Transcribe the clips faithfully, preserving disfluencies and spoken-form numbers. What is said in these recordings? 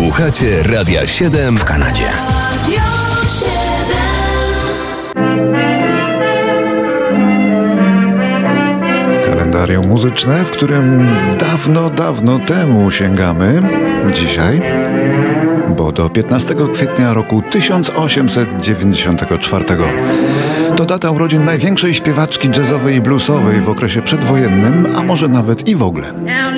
Słuchacie Radia siedem w Kanadzie. Kalendarium muzyczne, w którym dawno, dawno temu sięgamy dzisiaj, bo do piętnastego kwietnia roku tysiąc osiemset dziewięćdziesiątego czwartego. To data urodzin największej śpiewaczki jazzowej i bluesowej w okresie przedwojennym, a może nawet i w ogóle.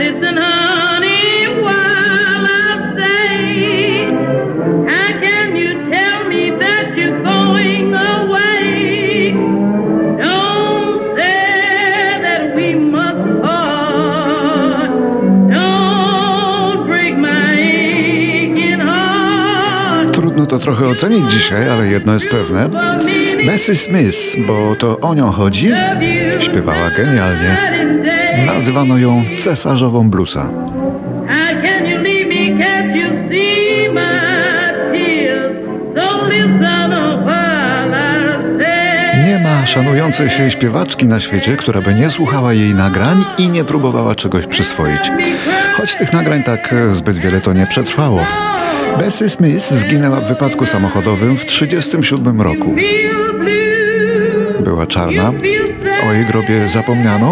Trudno to trochę ocenić dzisiaj, ale jedno jest pewne. Bessie Smith, bo to o nią chodzi, śpiewała genialnie. Nazywano ją cesarzową bluesa. Nie ma szanującej się śpiewaczki na świecie, która by nie słuchała jej nagrań i nie próbowała czegoś przyswoić. Choć tych nagrań tak zbyt wiele to nie przetrwało. Bessie Smith zginęła w wypadku samochodowym w tysiąc dziewięćset trzydziestym siódmym roku. Była czarna, o jej grobie zapomniano,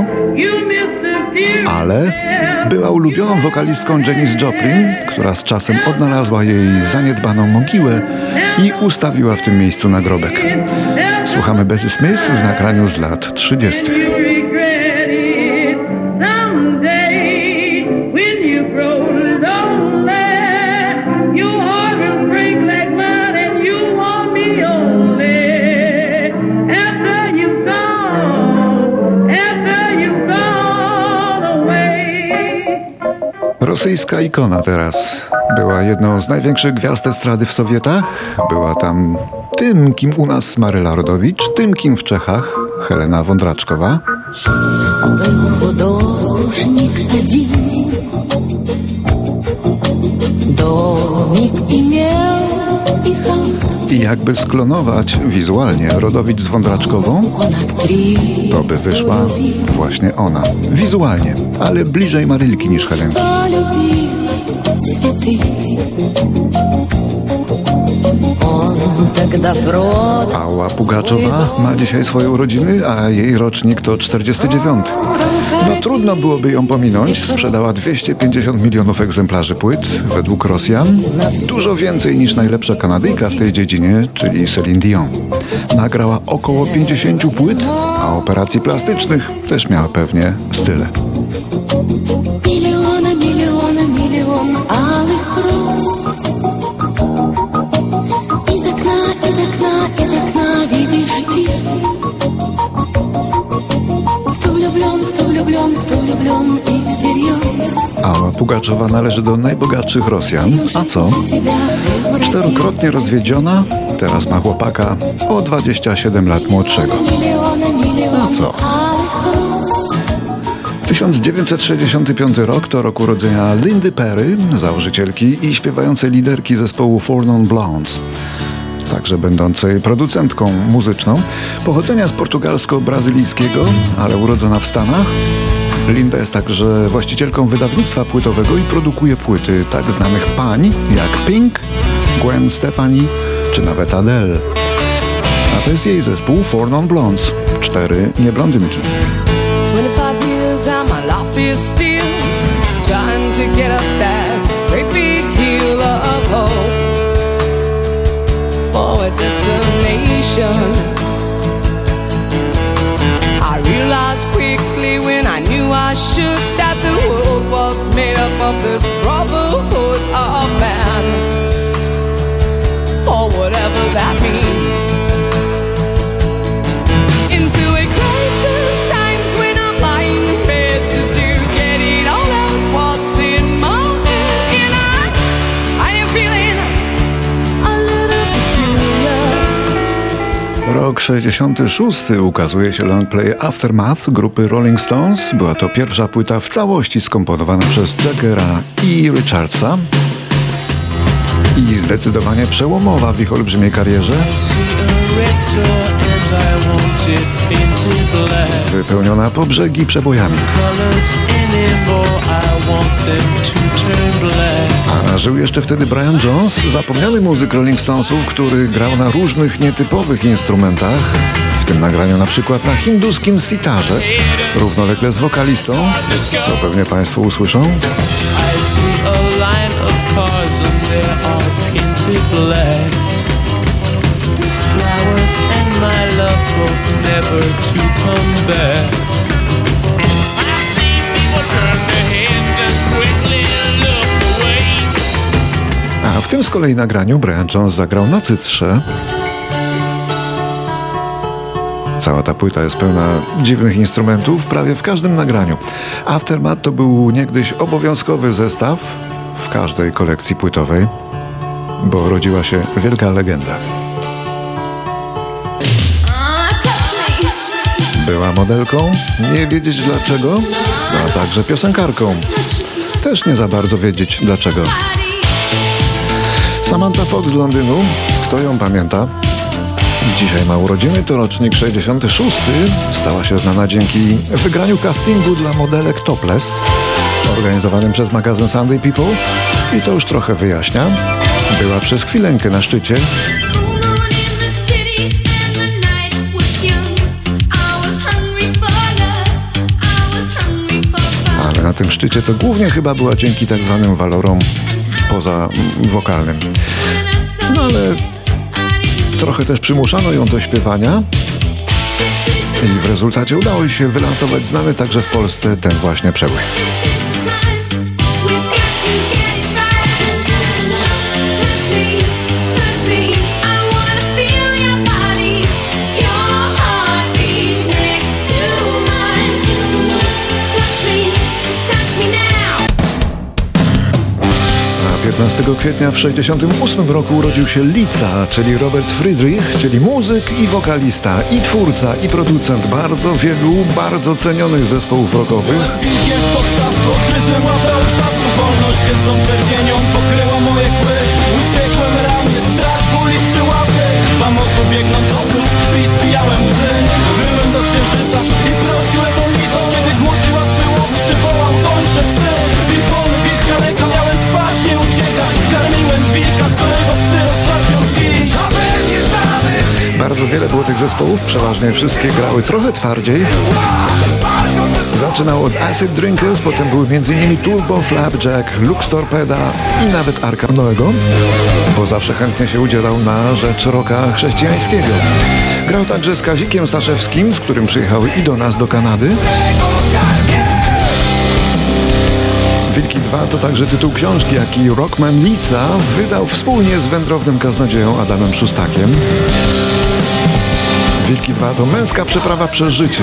ale była ulubioną wokalistką Janis Joplin, która z czasem odnalazła jej zaniedbaną mogiłę i ustawiła w tym miejscu nagrobek. Słuchamy Bessie Smith w nagraniu z lat trzydziestych. Rosyjska ikona teraz. Była jedną z największych gwiazd estrady w Sowietach. Była tam tym, kim u nas Maryla Rodowicz, tym, kim w Czechach Helena Wądraczkowa. I jakby sklonować wizualnie Rodowicz z Wądraczkową, to by wyszła właśnie ona. Wizualnie, ale bliżej Marylki niż Helenki. Alla Pugaczowa ma dzisiaj swoje urodziny, a jej rocznik to czterdziesty dziewiąty. No trudno byłoby ją pominąć. Sprzedała dwieście pięćdziesiąt milionów egzemplarzy płyt, według Rosjan. Dużo więcej niż najlepsza Kanadyjka w tej dziedzinie, czyli Celine Dion. Nagrała około pięćdziesiąt płyt, a operacji plastycznych też miała pewnie z tyle. Miliona, miliona, milion alych roz. Iz okna, iz okna, iz okna widzisz ty. Kto влюблен, kto влюблен, kto влюблен i всерьез. Alla Pugaczowa należy do najbogatszych Rosjan. A co? Czterokrotnie rozwiedziona, teraz ma chłopaka o dwadzieścia siedem lat młodszego. A co? tysiąc dziewięćset sześćdziesiąty piąty rok to rok urodzenia Lindy Perry, założycielki i śpiewającej liderki zespołu Four Non Blondes, także będącej producentką muzyczną, pochodzenia z portugalsko-brazylijskiego, ale urodzona w Stanach. Linda jest także właścicielką wydawnictwa płytowego i produkuje płyty tak znanych pań jak Pink, Gwen Stefani czy nawet Adele. A to jest jej zespół Four Non Blondes, cztery nieblondynki. Is still trying to get up that great big hill of hope for a destination. I realized quickly when I knew I should that the world was made up of this brotherhood of man, for whatever that means. Into a crisis times when I'm lying in bed just to get it all out what's in my head, and I I am feeling a little peculiar. Rok sześćdziesiąty szósty ukazuje się longplay Aftermath grupy Rolling Stones. Była to pierwsza płyta w całości skomponowana przez Jaggera i Richardsa i zdecydowanie przełomowa w ich olbrzymiej karierze. Wypełniona po brzegi przebojami. Żył jeszcze wtedy Brian Jones, zapomniany muzyk Rolling Stonesów, który grał na różnych nietypowych instrumentach, w tym nagraniu na przykład na hinduskim sitarze, równolegle z wokalistą, co pewnie Państwo usłyszą. I see a line of cars and they're all painted black. Flowers and my love hope never to come back. I see people turn their heads and quickly look away. A w tym z kolei nagraniu Brian Jones zagrał na cytrze. Cała ta płyta jest pełna dziwnych instrumentów prawie w każdym nagraniu. Aftermath to był niegdyś obowiązkowy zestaw w każdej kolekcji płytowej, bo rodziła się wielka legenda. Była modelką, nie wiedzieć dlaczego, a także piosenkarką. Też nie za bardzo wiedzieć dlaczego. Samantha Fox z Londynu, kto ją pamięta? Dzisiaj ma urodziny, to rocznik sześćdziesiąty szósty. Stała się znana dzięki wygraniu castingu dla modelek Topless, organizowanym przez magazyn Sunday People. I to już trochę wyjaśnia. Była przez chwilenkę na szczycie. Ale na tym szczycie to głównie chyba była dzięki tak zwanym walorom poza wokalnym. No ale trochę też przymuszano ją do śpiewania i w rezultacie udało się wylansować znany także w Polsce ten właśnie przebój. piętnastego kwietnia w sześćdziesiątym ósmym roku urodził się Lica, czyli Robert Friedrich, czyli muzyk i wokalista, i twórca, i producent bardzo wielu, bardzo cenionych zespołów rockowych. Wilkiem w potrzasku, odgryzłem łapę od trzasku, wolność gęstą czerwienią pokryła moje kły. Uciekłem ranny, strach, ból i trzy łapy. W amoku biegnąc oprócz krwi spijałem łzy. Wyłem do księżyca i prosiłem o litość, kiedy głód i łatwy łop przywołał gończe psy. Wilk wolny, wilk kaleka, miałem trwać, nie uciekać. Karmiłem wilka, którego psy rozszarpią dziś. Bardzo wiele było tych zespołów, przeważnie wszystkie grały trochę twardziej. Zaczynał od Acid Drinkers, potem były m.in. Turbo, Flapjack, Lux Torpeda i nawet Arka Noego, bo zawsze chętnie się udzielał na rzecz rocka chrześcijańskiego. Grał także z Kazikiem Staszewskim, z którym przyjechały i do nas, do Kanady. Wilki dwa to także tytuł książki, jaki rockman Lica wydał wspólnie z wędrownym kaznodzieją Adamem Szustakiem. Wilki dwa to męska przeprawa przez życie,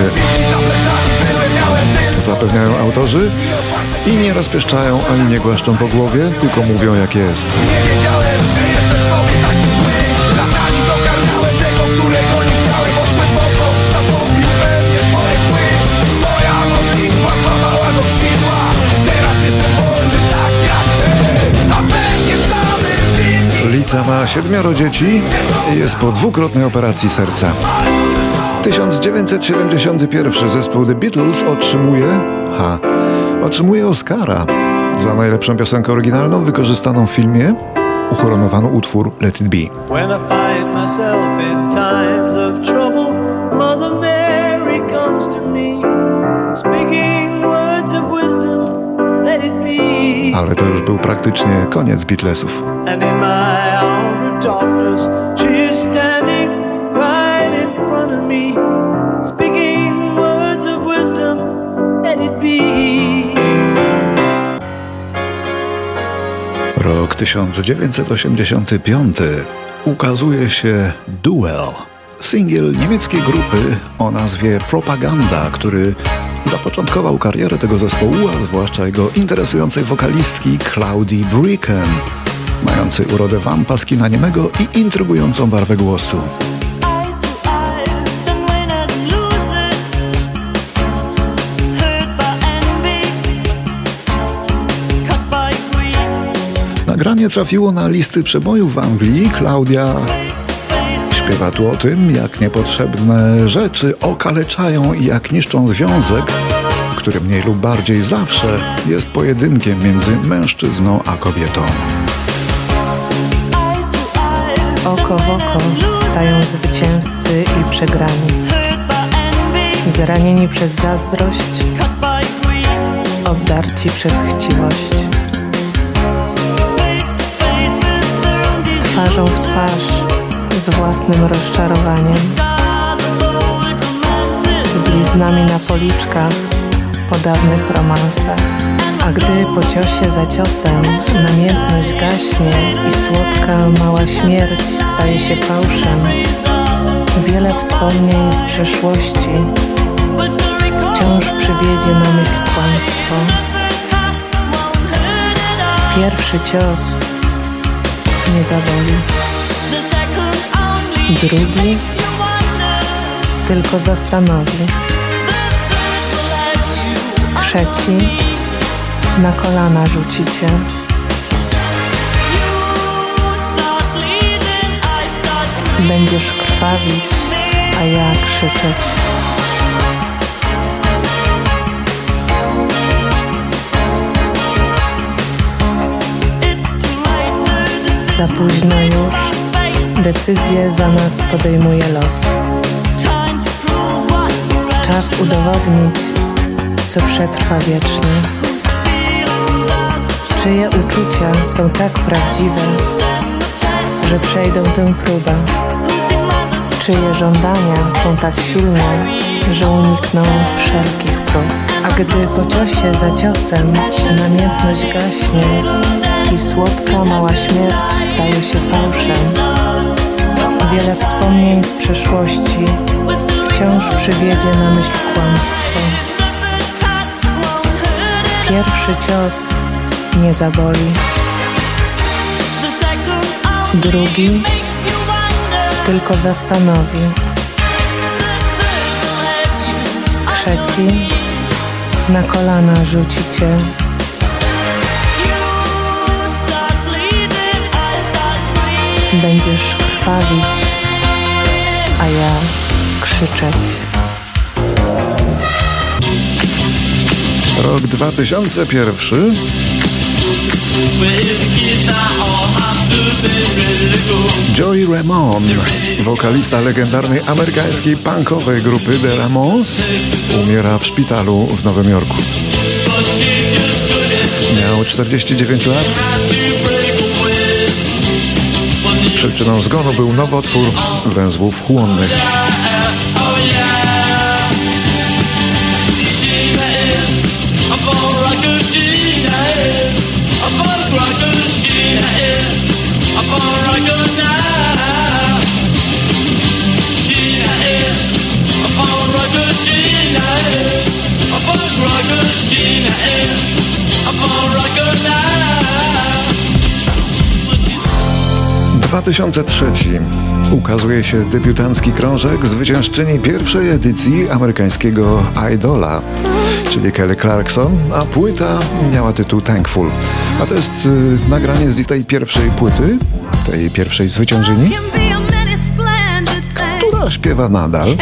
zapewniają autorzy, i nie rozpieszczają ani nie głaszczą po głowie, tylko mówią jak jest. Nie wiedziałem, że jesteś sobie taki zły. Latami dokarmiałem tego, którego nie chciałem. Od głęboko zapomnił pewnie swoje kły. Twoja modlitwa złamała go sidła. Teraz jestem wolny tak jak ty. A pewnie samym winni. Lica ma siedmioro dzieci i jest po dwukrotnej operacji serca. tysiąc dziewięćset siedemdziesiąty pierwszy zespół The Beatles otrzymuje, ha, otrzymuje Oscara za najlepszą piosenkę oryginalną wykorzystaną w filmie. Ukoronowano utwór Let It Be. When I find myself in times of trouble, Mother Mary comes to me, speaking words of wisdom, let it be. Ale to już był praktycznie koniec Beatlesów. And in my hour of darkness, she is standing right in front of me, speaking words of wisdom, let it be. Rok tysiąc dziewięćset osiemdziesiąty piąty. Ukazuje się Duel, singiel niemieckiej grupy o nazwie Propaganda, który zapoczątkował karierę tego zespołu, a zwłaszcza jego interesującej wokalistki Claudii Brücken, mającej urodę wampa z kina niemego i intrygującą barwę głosu. Nagranie trafiło na listy przebojów w Anglii. Klaudia śpiewa tu o tym, jak niepotrzebne rzeczy okaleczają i jak niszczą związek, który mniej lub bardziej zawsze jest pojedynkiem między mężczyzną a kobietą. Oko w oko stają zwycięzcy i przegrani, zranieni przez zazdrość, obdarci przez chciwość. Twarzą w twarz z własnym rozczarowaniem, z bliznami na policzkach po dawnych romansach. A gdy po ciosie za ciosem namiętność gaśnie i słodka mała śmierć staje się fałszem, wiele wspomnień z przeszłości wciąż przywiedzie na myśl kłamstwo. Pierwszy cios nie zaboli, drugi tylko zastanowi, trzeci na kolana rzuci cię. Będziesz krwawić, a ja krzyczeć. Za późno już, decyzję za nas podejmuje los. Czas udowodnić, co przetrwa wiecznie. Czyje uczucia są tak prawdziwe, że przejdą tę próbę. Czyje żądania są tak silne, że unikną wszelkich prób. A gdy po ciosie za ciosem namiętność gaśnie i słodka mała śmierć staje się fałszem, wiele wspomnień z przeszłości wciąż przywiedzie na myśl kłamstwo. Pierwszy cios nie zaboli, drugi tylko zastanowi, trzeci na kolana rzuci cię. Będziesz krwawić, a ja krzyczeć. Rok dwa tysiące pierwszy. Joey Ramone, wokalista legendarnej amerykańskiej punkowej grupy The Ramones, umiera w szpitalu w Nowym Jorku. Miał czterdzieści dziewięć lat. Przyczyną zgonu był nowotwór węzłów chłonnych. dwa tysiące trzeci. Ukazuje się debiutancki krążek zwyciężczyni pierwszej edycji amerykańskiego Idola, czyli Kelly Clarkson, a płyta miała tytuł Thankful. A to jest y, nagranie z tej pierwszej płyty, tej pierwszej zwyciężyni, która śpiewa nadal,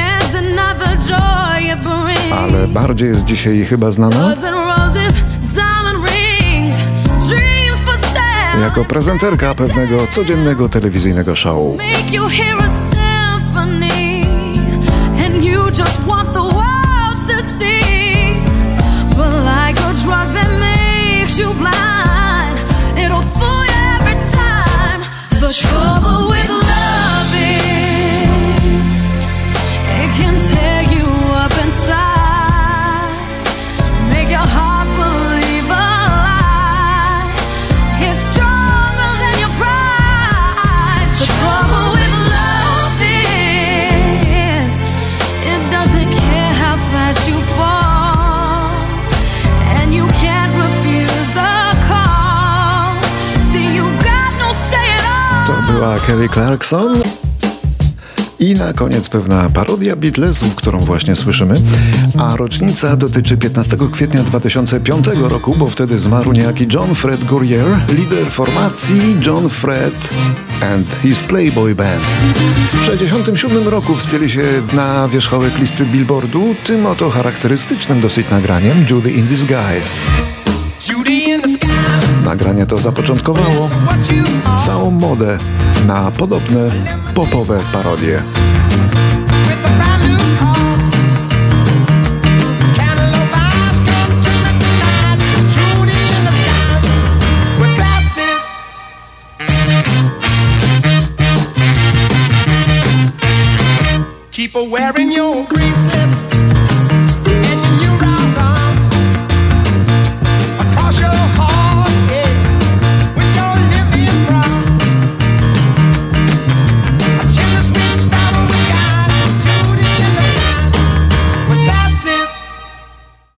ale bardziej jest dzisiaj chyba znana jako prezenterka pewnego codziennego telewizyjnego show. Kelly Clarkson I na koniec pewna parodia Beatlesów, którą właśnie słyszymy, a rocznica dotyczy piętnastego kwietnia dwa tysiące piątego roku, bo wtedy zmarł niejaki John Fred Gourrier, lider formacji John Fred and his Playboy Band. W sześćdziesiątym siódmym roku wspięli się na wierzchołek listy Billboardu tym oto charakterystycznym dosyć nagraniem Judy in Disguise. Nagranie to zapoczątkowało całą modę na podobne popowe parodie. Keep a wearing your bracelets.